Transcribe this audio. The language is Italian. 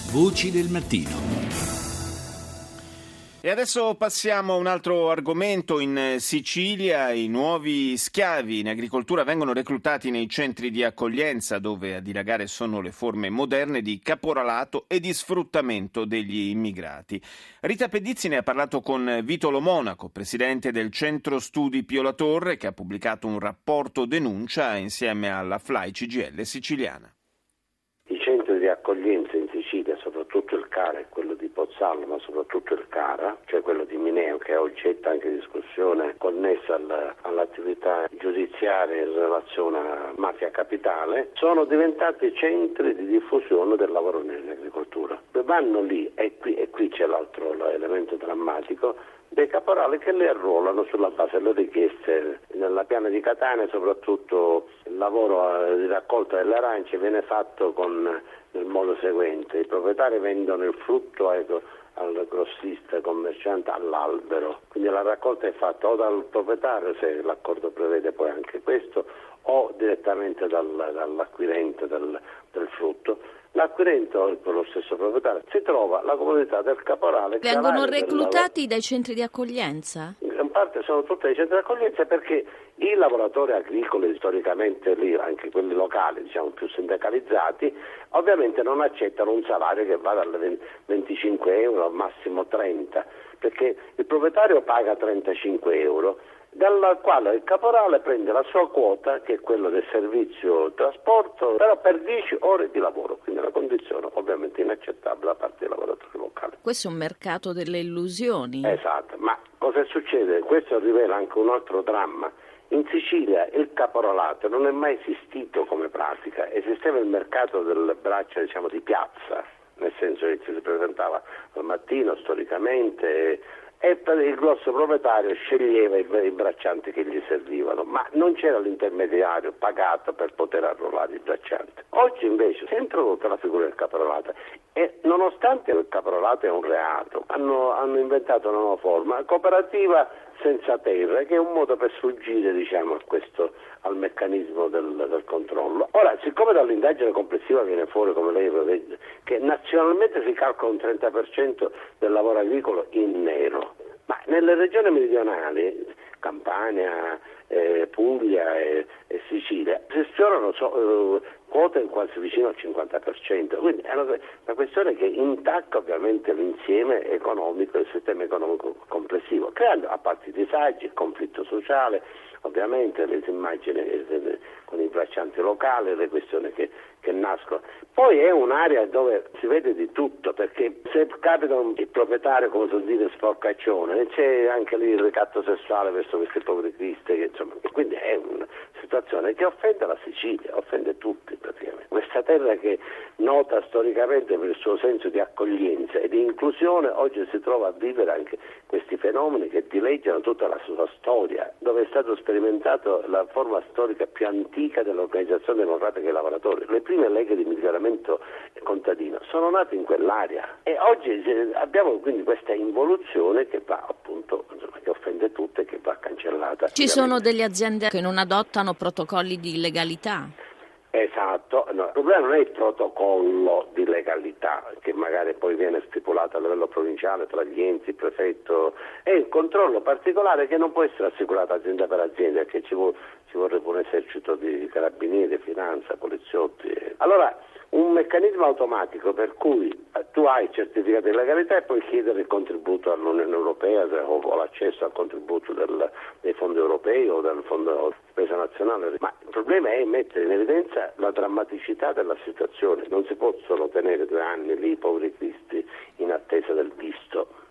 Voci del mattino. E adesso passiamo a un altro argomento. In Sicilia i nuovi schiavi in agricoltura vengono reclutati nei centri di accoglienza, dove a dilagare sono le forme moderne di caporalato e di sfruttamento degli immigrati. Rita Pedizzi ne ha parlato con Vito Lo Monaco, presidente del Centro Studi Pio La Torre, che ha pubblicato un rapporto denuncia insieme alla FLAI CGIL siciliana. I centri di accoglienza in Sicilia, soprattutto il CARA e quello di Pozzallo, ma soprattutto il CARA, cioè quello di Mineo, che è oggetto anche di discussione connessa all'attività giudiziaria in relazione a mafia capitale, sono diventati centri di diffusione del lavoro nell'agricoltura. Vanno lì, e qui c'è l'altro elemento drammatico, dei caporali che le arruolano sulla base delle richieste. Nella piana di Catania soprattutto il lavoro di raccolta delle arance viene fatto nel modo seguente: i proprietari vendono il frutto al grossista commerciante all'albero, quindi la raccolta è fatta o dal proprietario, se l'accordo prevede poi anche questo, o direttamente dall'acquirente del frutto. L'acquirente o lo stesso proprietario si trova la comunità del caporale. Vengono reclutati dai centri di accoglienza? In gran parte sono tutti dei centri di accoglienza, perché i lavoratori agricoli, storicamente lì, anche quelli locali, diciamo più sindacalizzati, ovviamente non accettano un salario che va dalle 25 euro al massimo 30, perché il proprietario paga 35 euro, dalla quale il caporale prende la sua quota, che è quello del servizio trasporto, però per 10 ore di lavoro, quindi una condizione ovviamente inaccettabile da parte dei lavoratori locali. Questo è un mercato delle illusioni. Esatto, ma cosa succede? Questo rivela anche un altro dramma. In Sicilia il caporalato non è mai esistito come pratica, esisteva il mercato del braccio, diciamo, di piazza, nel senso che si presentava al mattino storicamente, e il grosso proprietario sceglieva i braccianti che gli servivano, ma non c'era l'intermediario pagato per poter arruolare il bracciante. Oggi invece si è introdotta la figura del caporalato e, nonostante il caporalato è un reato, hanno inventato una nuova forma, cooperativa senza terra, che è un modo per sfuggire, diciamo, al meccanismo del controllo. Ora, siccome dall'indagine complessiva viene fuori, come lei vede, che nazionalmente si calcola un 30% del lavoro agricolo in nero, ma nelle regioni meridionali, Campania, Puglia e Sicilia, si sfiorano quote quasi vicino al 50%, quindi è una questione che intacca ovviamente l'insieme economico, il sistema economico complessivo, creando, a parte i disagi, il conflitto sociale, ovviamente le immagini con i braccianti locali, le questioni che nascono. Poi è un'area dove si vede di tutto, perché se capita il proprietario, come si dice, sporcaccione, c'è anche lì il ricatto sessuale verso questi poveri cristi, insomma, quindi è una situazione che offende la Sicilia, offende tutti praticamente. Questa terra che è nota storicamente per il suo senso di accoglienza e di inclusione, oggi si trova a vivere anche questi fenomeni che dileggiano tutta la sua storia, dove è stato sperimentato la forma storica più antica dell'organizzazione democratica dei lavoratori. Le prime leghe di miglioramento contadino sono nate in quell'area e oggi abbiamo quindi questa involuzione che va appunto, insomma, che offende tutte e che va cancellata. Ci sono delle aziende che non adottano protocolli di legalità? Esatto, no, il problema non è il protocollo di legalità che magari poi viene stipulato a livello provinciale tra gli enti, il prefetto, è il controllo particolare che non può essere assicurato azienda per azienda, perché ci vorrebbe un esercito di carabinieri, finanza, poliziotti. Allora, un meccanismo automatico per cui tu hai il certificato di legalità e puoi chiedere il contributo all'Unione Europea o l'accesso al contributo dei fondi europei o del fondo spesa nazionale, ma il problema è mettere in evidenza la drammaticità della situazione. Non si possono tenere 2 anni lì i poveri cristi in attesa del visto.